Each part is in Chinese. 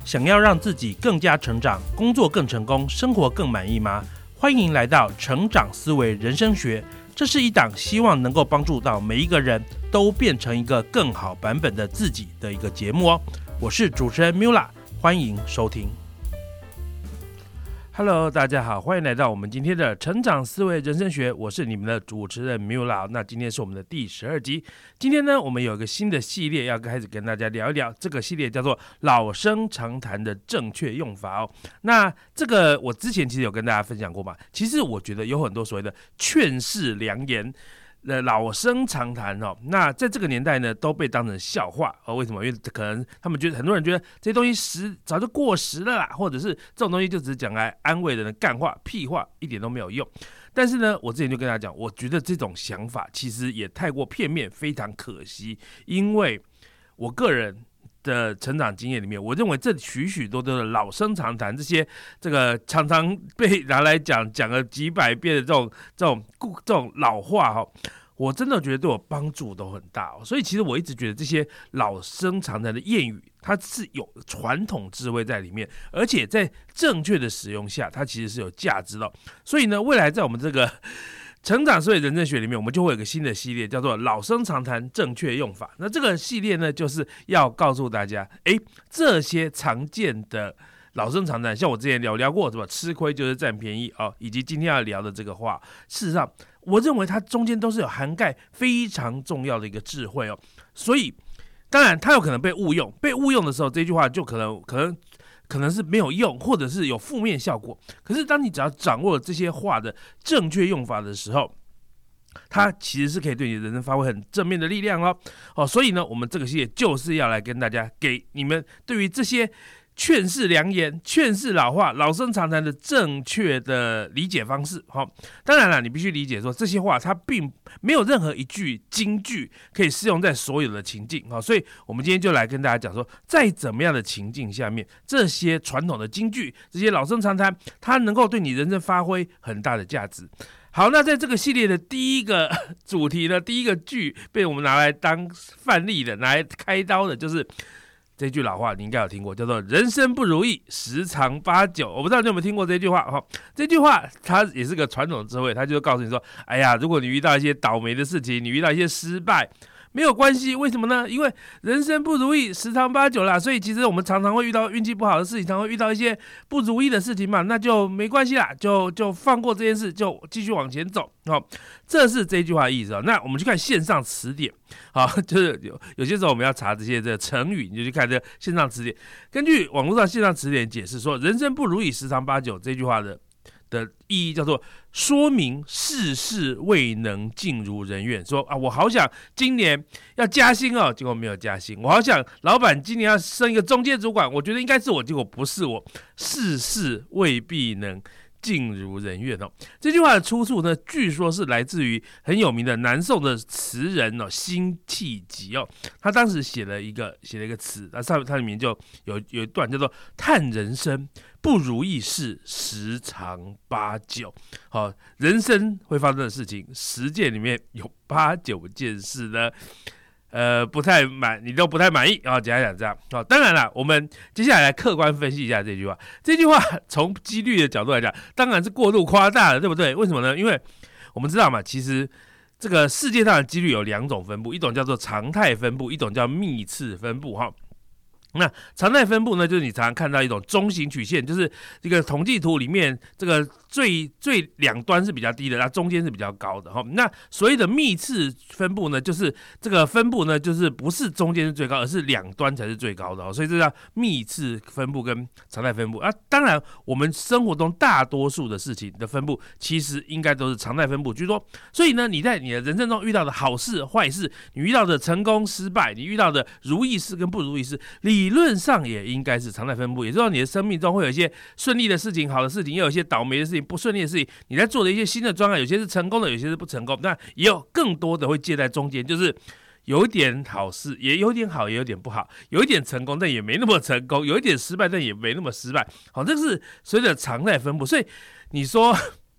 想要让自己更加成长，工作更成功，生活更满意吗？欢迎来到成长思维人生学，这是一档希望能够帮助到每一个人都变成一个更好版本的自己的一个节目哦。我是主持人 Mula， 欢迎收听。Hello， 大家好，欢迎来到我们今天的成长思维人生学，我是你们的主持人 Mula。那今天是我们的第12集，今天呢，我们有一个新的系列要开始跟大家聊一聊，这个系列叫做老生常谈的正确用法哦。那这个我之前其实有跟大家分享过嘛，其实我觉得有很多所谓的劝世良言。老生常谈哦，那在这个年代呢，都被当成笑话哦。为什么？因为可能他们觉得很多人觉得这些东西早就过时了啦，或者是这种东西就只是讲来安慰人的干话、屁话，一点都没有用。但是呢，我之前就跟大家讲，我觉得这种想法其实也太过片面，非常可惜。因为我个人的成长经验里面，我认为这许许多多的老生常谈，这个常常被拿来讲了几百遍的这种老话哈，我真的觉得对我帮助都很大哦。所以其实我一直觉得这些老生常谈的谚语，它是有传统智慧在里面，而且在正确的使用下，它其实是有价值的哦。所以呢，未来在我们这个成长思维人生学里面，我们就会有一个新的系列，叫做老生常谈正确用法。那这个系列呢，就是要告诉大家，这些常见的老生常谈，像我之前聊过什么吃亏就是占便宜哦，以及今天要聊的这个话，事实上我认为它中间都是有涵盖非常重要的一个智慧哦。所以当然它有可能被误用，被误用的时候，这句话就可能是没有用，或者是有负面效果。可是当你只要掌握了这些话的正确用法的时候，它其实是可以对你的人生发挥很正面的力量哦。所以呢，我们这个系列就是要来跟大家给你们对于这些劝世良言、劝世老话、老生常谈的正确的理解方式。当然了，你必须理解说这些话它并没有任何一句金句可以适用在所有的情境。所以我们今天就来跟大家讲说，在怎么样的情境下面，这些传统的金句、这些老生常谈，它能够对你人生发挥很大的价值。好，那在这个系列的第一个主题呢，第一个句被我们拿来当范例的、拿来开刀的，就是这句老话，你应该有听过，叫做"人生不如意，十常八九"。我不知道你有没有听过这句话哈？这句话它也是个传统智慧，它就告诉你说，哎呀，如果你遇到一些倒霉的事情，你遇到一些失败，没有关系，为什么呢？因为人生不如意，十常八九啦。所以其实我们常常会遇到运气不好的事情，常会遇到一些不如意的事情嘛，那就没关系啦，就放过这件事，就继续往前走。这是这句话的意思哦。那我们去看线上词典，就是有些时候我们要查这些成语，你就去看这线上词典。根据网络上线上词典解释说，人生不如意，十常八九这句话的意义叫做说明事事未能尽如人愿。说啊，我好想今年要加薪哦，结果没有加薪；我好想老板今年要升一个中阶主管，我觉得应该是我，结果不是我。事事未必能尽如人愿哦。这句话的出处呢，据说是来自于很有名的南宋的词人哦，辛弃疾哦。他当时写了一个词，它里面就有一段叫做"叹人生，不如意事十常八九"。人生会发生的事情，10件里面有8、9件事呢，你都不太满意啊，讲这样。当然了，我们接下来客观分析一下这句话。这句话从几率的角度来讲，当然是过度夸大了，对不对？为什么呢？因为我们知道嘛，其实这个世界上的几率有2种分布，一种叫做常态分布，一种叫幂次分布哈。那常态分布呢，就是你常常看到一种中型曲线，就是这个统计图里面这个最两端是比较低的，那中间是比较高的。那所谓的幂次分布呢，就是这个分布呢，就是不是中间是最高，而是两端才是最高的。所以这叫幂次分布跟常态分布。当然，我们生活中大多数的事情的分布，其实应该都是常态分布居多。所以呢，你在你的人生中遇到的好事、坏事，你遇到的成功、失败，你遇到的如意事跟不如意事，理论上也应该是常态分布。也就是说，你的生命中会有一些顺利的事情、好的事情，也有一些倒霉的事情、不顺利的事情。你在做的一些新的专案，有些是成功的，有些是不成功。那也有更多的会介在中间，就是有一点好事，也有点好，也有点不好；有一点成功，但也没那么成功；有一点失败，但也没那么失败。这是所谓的常态分布。所以你说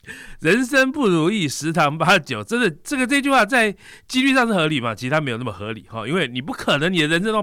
人生不如意十常八九，真的这句话在几率上是合理吗？其实它没有那么合理哈，因为你不可能你的人生中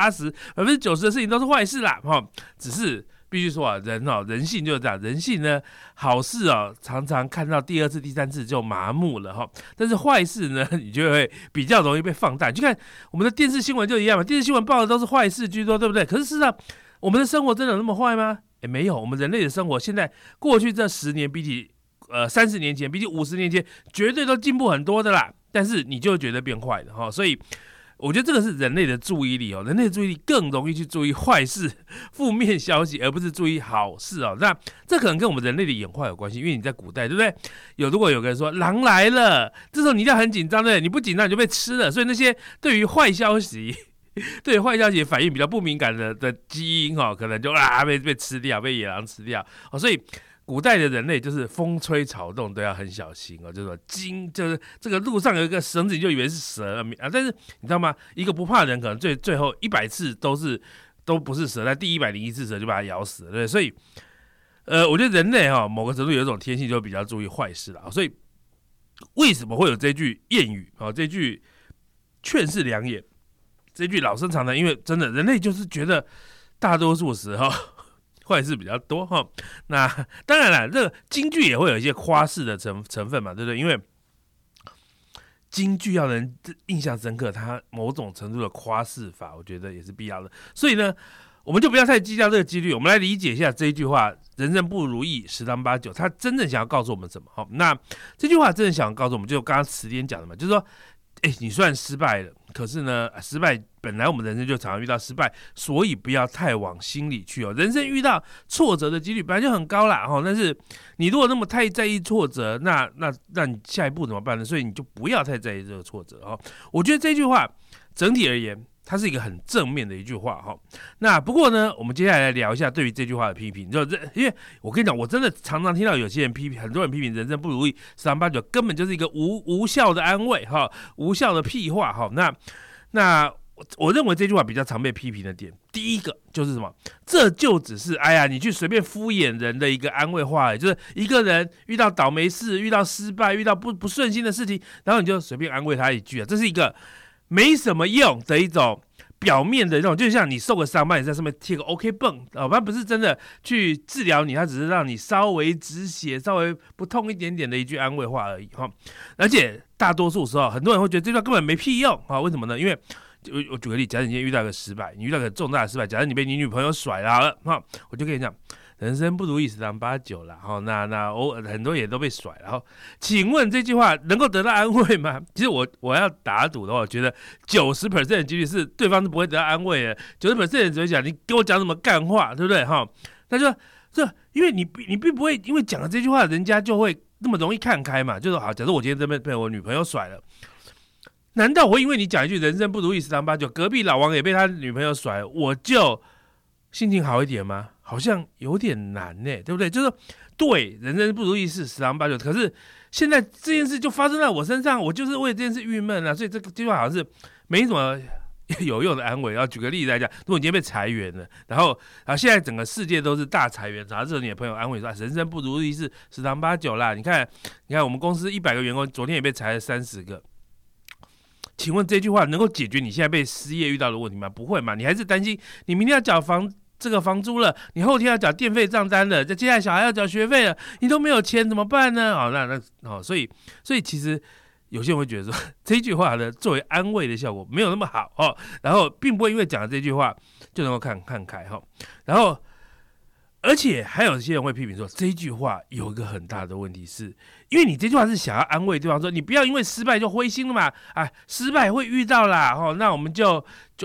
80%、90%的事情都是坏事啦哈，只是必须说啊，人性就是这样，人性呢好事常常看到第2次、第3次就麻木了哈，但是坏事呢，你就会比较容易被放大。你看我们的电视新闻就一样嘛，电视新闻报的都是坏事居多，对不对？可是事实上，我们的生活真的有那么坏吗？没有，我们人类的生活现在过去这10年比起30年前，比起50年前，绝对都进步很多的啦。但是你就会觉得变坏了哈，所以我觉得这个是人类的注意力人类的注意力更容易去注意坏事、负面消息，而不是注意好事那这可能跟我们人类的演化有关系，因为你在古代，对不对？如果有个人说狼来了，这时候你一定要很紧张，对不对？你不紧张你就被吃了。所以那些对于坏消息反应比较不敏感的基因可能就被吃掉，被野狼吃掉所以古代的人类就是风吹草动都要很小心就是说就是这个路上有一个绳子，你就以为是蛇但是你知道吗？一个不怕的人可能最后100次都不是蛇，但第101次蛇就把它咬死了，对。所以我觉得人类某个程度有一种天性，就比较注意坏事了所以为什么会有这句谚语这句劝世良言，这句老生常谈？因为真的人类就是觉得大多数时候坏事比较多那当然了，这个京剧也会有一些夸饰的成分嘛，对不对？因为京剧要人印象深刻，它某种程度的夸饰法，我觉得也是必要的。所以呢，我们就不要太计较这个几率，我们来理解一下这一句话：人生不如意十常八九，它真正想要告诉我们什么？那这句话真正想要告诉我们，就刚刚词典讲的嘛，就是说，你虽然失败了，可是呢，失败本来我们人生就常常遇到失败，所以不要太往心里去人生遇到挫折的几率本来就很高啦但是你如果那么太在意挫折，那你下一步怎么办呢？所以你就不要太在意这个挫折我觉得这句话整体而言，它是一个很正面的一句话那不过呢，我们接下来聊一下对于这句话的批评，因为我跟你讲，我真的常常听到有些人批评，很多人批评人生不如意十常八九，根本就是一个无效的安慰无效的屁话那我认为这句话比较常被批评的点，第一个就是什么？这就只是你去随便敷衍人的一个安慰话就是一个人遇到倒霉事、遇到失败、遇到不顺心的事情，然后你就随便安慰他一句这是一个没什么用的一种表面的那种，就像你受个伤，帮你在上面贴个 OK 绷它不是真的去治疗你，它只是让你稍微止血、稍微不痛一点点的一句安慰话而已而且大多数时候，很多人会觉得这句话根本没屁用为什么呢？因为我举个例，假如你今天遇到一个失败，你遇到一个重大的失败，假如你被你女朋友甩了我就跟你讲，人生不如意十常八九啦那偶尔很多也都被甩了请问这句话能够得到安慰吗？其实我要打赌的话，我觉得90% 的几率是对方是不会得到安慰的，90% 的人只会讲你跟我讲什么干话，对不对那就因为你并不会因为讲了这句话，人家就会那么容易看开嘛，就是好，假设我今天真被我女朋友甩了，难道我会因为你讲一句人生不如意十常八九，隔壁老王也被他女朋友甩，我就心情好一点吗？好像有点难对不对？就是对，人生不如意是十常八九，可是现在这件事就发生在我身上，我就是为这件事郁闷所以这句话好像是没什么有用的安慰。举个例子来讲，如果你今天被裁员了，然后现在整个世界都是大裁员，然后这时候你的朋友安慰说人生不如意是十常八九啦，你看我们公司100个员工，昨天也被裁了30个。请问这句话能够解决你现在被失业遇到的问题吗？不会嘛，你还是担心你明天要缴这个房租了，你后天要缴电费账单了，接下来小孩要缴学费了，你都没有钱怎么办呢？所以其实有些人会觉得说这句话呢，作为安慰的效果没有那么好然后并不会因为讲了这句话就能够看开然后而且还有些人会批评说，这句话有一个很大的问题是，因为你这句话是想要安慰对方说，你不要因为失败就灰心了嘛，失败会遇到啦那我们就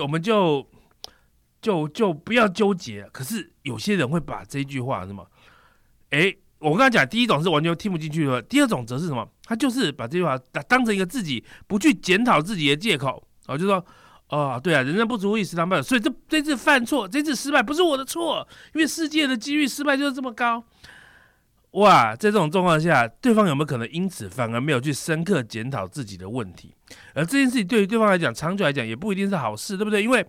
不要纠结。可是有些人会把这句话什么，我刚刚讲第一种是完全听不进去的，第二种则是什么？他就是把这句话当成一个自己不去检讨自己的借口就说对啊，人生不如意十常八九，所以这次犯错，这次失败不是我的错，因为世界的几率失败就是这么高。哇，在这种状况下，对方有没有可能因此反而没有去深刻检讨自己的问题？而这件事情对于对方来讲，长久来讲也不一定是好事，对不对？因为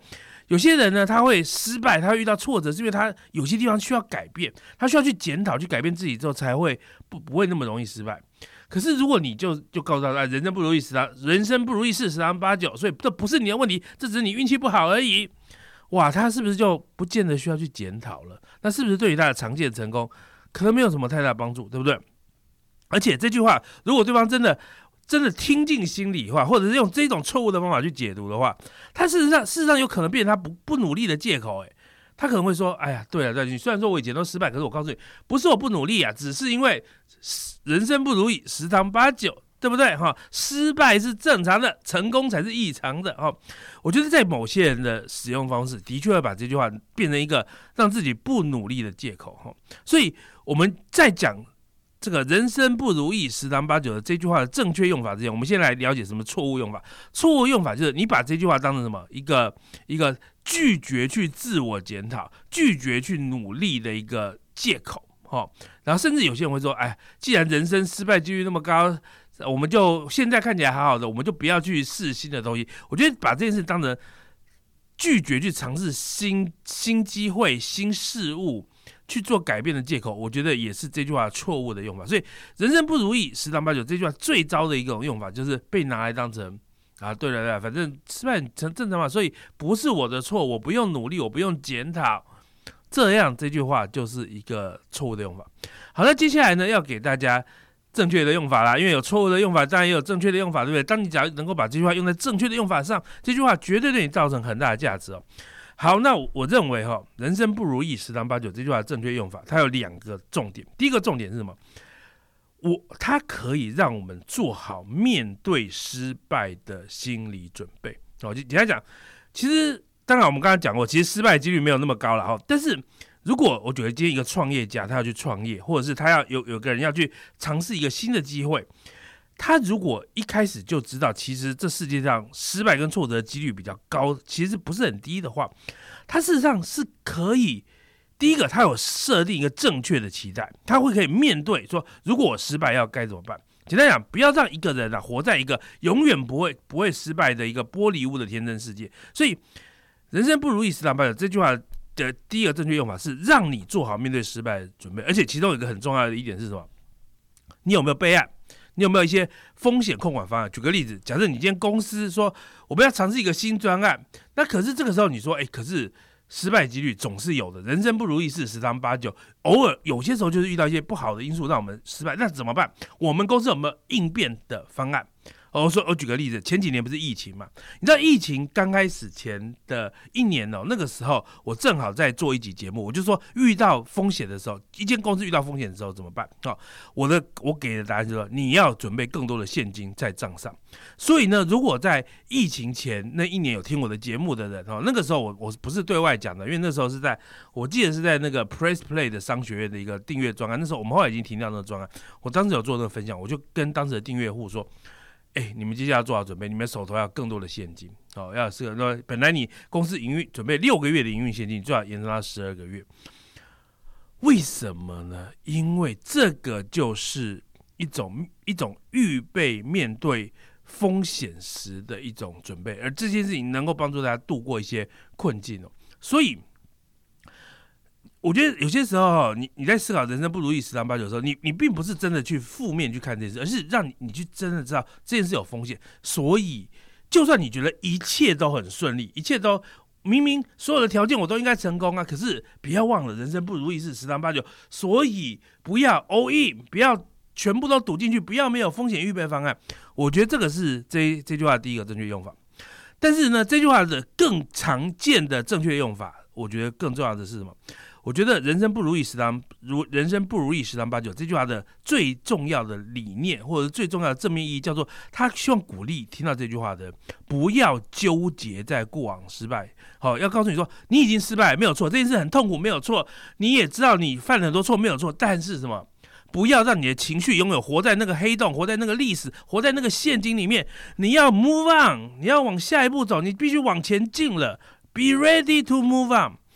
有些人呢，他会失败，他会遇到挫折，是因为他有些地方需要改变，他需要去检讨、去改变自己之后，才会不会那么容易失败。可是如果你就告诉他，人生不如意事十常八九，所以这不是你的问题，这只是你运气不好而已。哇，他是不是就不见得需要去检讨了？那是不是对于他的长期的成功，可能没有什么太大帮助，对不对？而且这句话，如果对方真的听进心里话，或者是用这种错误的方法去解读的话，他事实上有可能变成他不努力的借口。他可能会说：“哎呀，对了，你虽然说我以前都失败，可是我告诉你，不是我不努力啊，只是因为人生不如意，十常八九，对不对？失败是正常的，成功才是异常的。我觉得在某些人的使用方式，的确会把这句话变成一个让自己不努力的借口。所以我们在讲这个人生不如意，十常八九的这句话的正确用法之前，我们先来了解什么错误用法。错误用法就是你把这句话当成什么一个拒绝去自我检讨、拒绝去努力的一个借口。然后甚至有些人会说：“哎，既然人生失败几率那么高，我们就现在看起来好好的，我们就不要去试新的东西。”我觉得把这件事当成拒绝去尝试新机会、新事物去做改变的借口，我觉得也是这句话错误的用法。所以人生不如意，十常八九这句话最糟的一种用法，就是被拿来当成对了，反正失败很正常嘛，所以不是我的错，我不用努力，我不用检讨。这样这句话就是一个错误的用法。好，那接下来呢，要给大家正确的用法啦，因为有错误的用法，当然也有正确的用法，对不对？当你只要能够把这句话用在正确的用法上，这句话绝对对你造成很大的价值。好，那我认为人生不如意，十常八九这句话的正确用法，它有2个重点。第一个重点是什么？它可以让我们做好面对失败的心理准备。简单讲，其实当然我们刚才讲过，其实失败的几率没有那么高了。但是如果我觉得今天一个创业家他要去创业，或者是他要有个人要去尝试一个新的机会，他如果一开始就知道其实这世界上失败跟挫折的几率比较高，其实不是很低的话，他事实上是可以，第一个他有设定一个正确的期待，他会可以面对说，如果我失败要该怎么办。简单讲，不要让一个人活在一个永远不会失败的一个玻璃屋的天真世界。所以人生不如意，十常八九这句话的第一个正确用法是让你做好面对失败的准备，而且其中有一个很重要的一点是什么？你有没有备案？你有没有一些风险控管方案？举个例子，假设你今天公司说我们要尝试一个新专案，那可是这个时候你说，可是失败几率总是有的，人生不如意事十常八九，偶尔有些时候就是遇到一些不好的因素让我们失败，那怎么办？我们公司有没有应变的方案？我举个例子，前几年不是疫情嘛？你知道疫情刚开始前的1年那个时候我正好在做一集节目，我就说遇到风险的时候，一间公司遇到风险的时候怎么办？我给的答案就是说，你要准备更多的现金在账上。所以呢，如果在疫情前那1年有听我的节目的人，那个时候我不是对外讲的，因为那时候我记得是在那个 Press Play 的商学院的一个订阅专案，那时候我们后来已经停掉那个专案，我当时有做那个分享，我就跟当时的订阅户说，你们接下来做好准备，你们手头要更多的现金，要是本来你公司准备6个月的营运现金，最好延长到12个月。为什么呢？因为这个就是一种预备面对风险时的一种准备，而这件事情能够帮助大家度过一些困境。所以我觉得有些时候你在思考人生不如意十常八九的时候，你并不是真的去负面去看这件事，而是让你去真的知道这件事有风险。所以就算你觉得一切都很顺利，一切都明明所有的条件我都应该成功啊，可是不要忘了人生不如意事十常八九，所以不要 all in， 不要全部都赌进去，不要没有风险预备方案。我觉得这个是这句话的第一个正确用法。但是呢，这句话的更常见的正确用法，我觉得更重要的是什么？我觉得人生不如意十常八九这句话的最重要的理念，或者最重要的正面意义，叫做他希望鼓励听到这句话的人不要纠结在过往失败。要告诉你说，你已经失败没有错，这件事很痛苦没有错，你也知道你犯了很多错没有错，但是什么？不要让你的情绪永远活在那个黑洞，活在那个历史，活在那个陷阱里面。你要 move on， 你要往下一步走，你必须往前进了。Be ready to move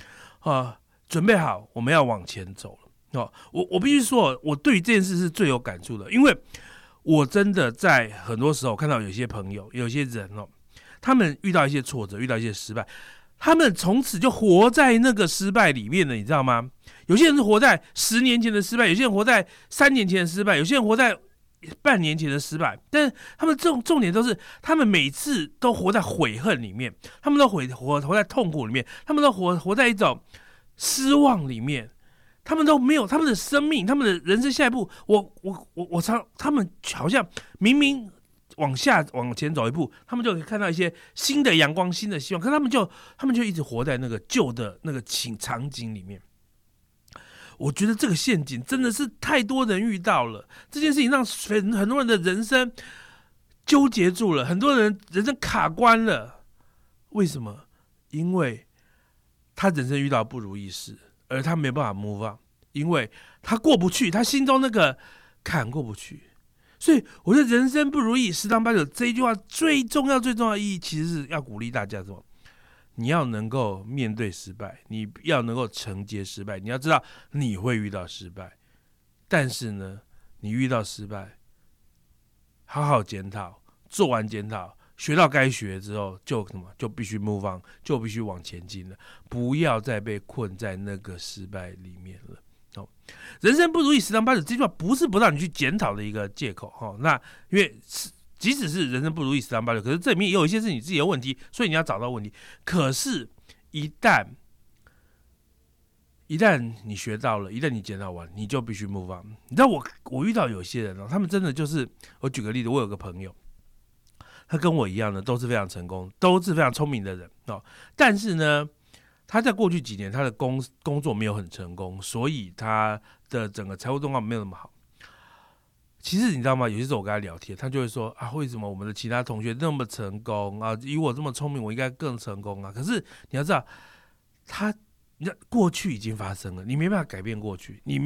on。准备好，我们要往前走了。我必须说，我对于这件事是最有感触的，因为我真的在很多时候看到有些朋友、有些人他们遇到一些挫折，遇到一些失败， 他们从此就活在那个失败里面了，你知道吗？有些人是活在10年前的失败，有些人活在3年前的失败，有些人活在半年前的失败。但是他们重点都是，他们每次都活在悔恨里面，他们都活在痛苦里面，他们都活在一种失望里面。他们都没有他们的生命，他们的人生下一步。他们好像明明往前走一步，他们就可以看到一些新的阳光、新的希望。可是他们就一直活在那个旧的那个场景里面。我觉得这个陷阱真的是太多人遇到了，这件事情让很多人的人生纠结住了，很多人人生卡关了。为什么？因为他人生遇到不如意事，而他没办法 move on， 因为他过不去，他心中那个坎过不去。所以我觉得人生不如意十当八九这一句话最重要的意义，其实是要鼓励大家什么？你要能够面对失败，你要能够承接失败，你要知道你会遇到失败，但是呢，你遇到失败，好好检讨，做完检讨，学到该学之后，就必须 move on， 就必须往前进了，不要再被困在那个失败里面了。人生不如意十当八九这句话不是不让你去检讨的一个借口。那因为即使是人生不如意十当八九，可是这里面也有一些是你自己的问题，所以你要找到问题。可是一旦你学到了，一旦你检讨完，你就必须 move on。你知道我遇到有些人他们真的就是，我举个例子，我有个朋友，他跟我一样的，都是非常成功，都是非常聪明的人但是呢，他在过去几年他的工作没有很成功，所以他的整个财务状况没有那么好。其实你知道吗？有些时候我跟他聊天，他就会说啊，为什么我们的其他同学那么成功啊？以我这么聪明，我应该更成功啊！可是你要知道，过去已经发生了，你没办法改变过去，你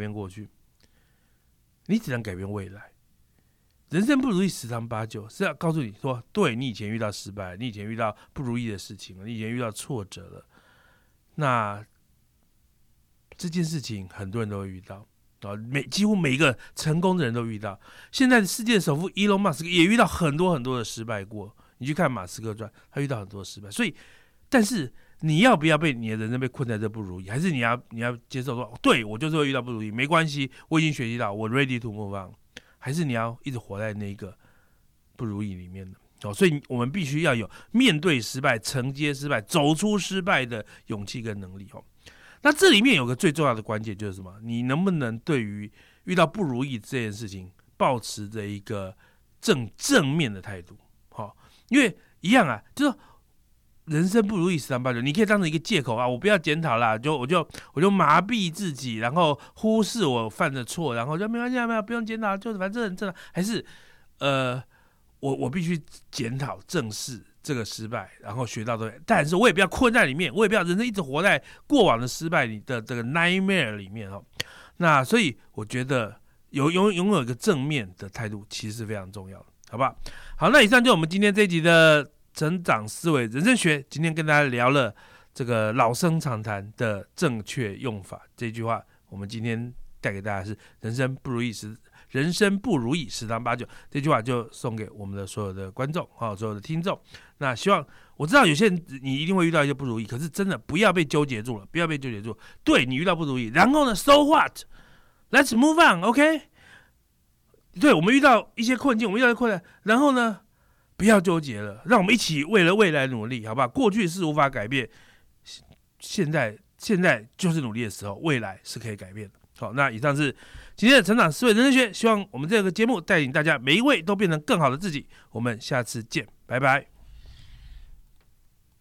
只能改变未来。人生不如意十常八九，是要告诉你说，对，你以前遇到失败，你以前遇到不如意的事情了，你以前遇到挫折了，那这件事情很多人都会遇到。几乎每一个成功的人都遇到。现在的世界首富 Elon Musk 也遇到很多的失败过。你去看马斯克传，他遇到很多失败。所以，但是你要不要被你的人生被困在这不如意，还是你要接受说，对，我就是会遇到不如意，没关系，我已经学习到，我 ready to move on， 还是你要一直活在那个不如意里面的？所以我们必须要有面对失败、承接失败、走出失败的勇气跟能力。那这里面有个最重要的关键就是什么？你能不能对于遇到不如意这件事情，抱持着一个正面的态度？因为一样啊，就是人生不如意十常八九，你可以当成一个借口啊，我不要检讨啦，我就麻痹自己，然后忽视我犯的错，然后就没关系，不用检讨，就是反正很正常。还是我必须检讨正视这个失败，然后学到东西，但是我也不要困在里面，我也不要人生一直活在过往的失败里的这个 nightmare 里面那所以我觉得拥有一个正面的态度，其实是非常重要的，好不好？好，那以上就是我们今天这一集的成长思维人生学，今天跟大家聊了这个老生常谈的正确用法这句话，我们今天带给大家是人生不如意十常八九，这句话就送给我们的所有的观众所有的听众。那希望我知道有些人你一定会遇到一些不如意，可是真的不要被纠结住了，不要被纠结住。对，你遇到不如意，然后呢 ，so what？Let's move on，OK？对，我们遇到一些困境，我们遇到一些困难，然后呢，不要纠结了，让我们一起为了未来努力，好不好？过去是无法改变，现在就是努力的时候，未来是可以改变的。好，那以上是今天的成长思维人生学，希望我们这个节目带领大家每一位都变成更好的自己。我们下次见，拜拜。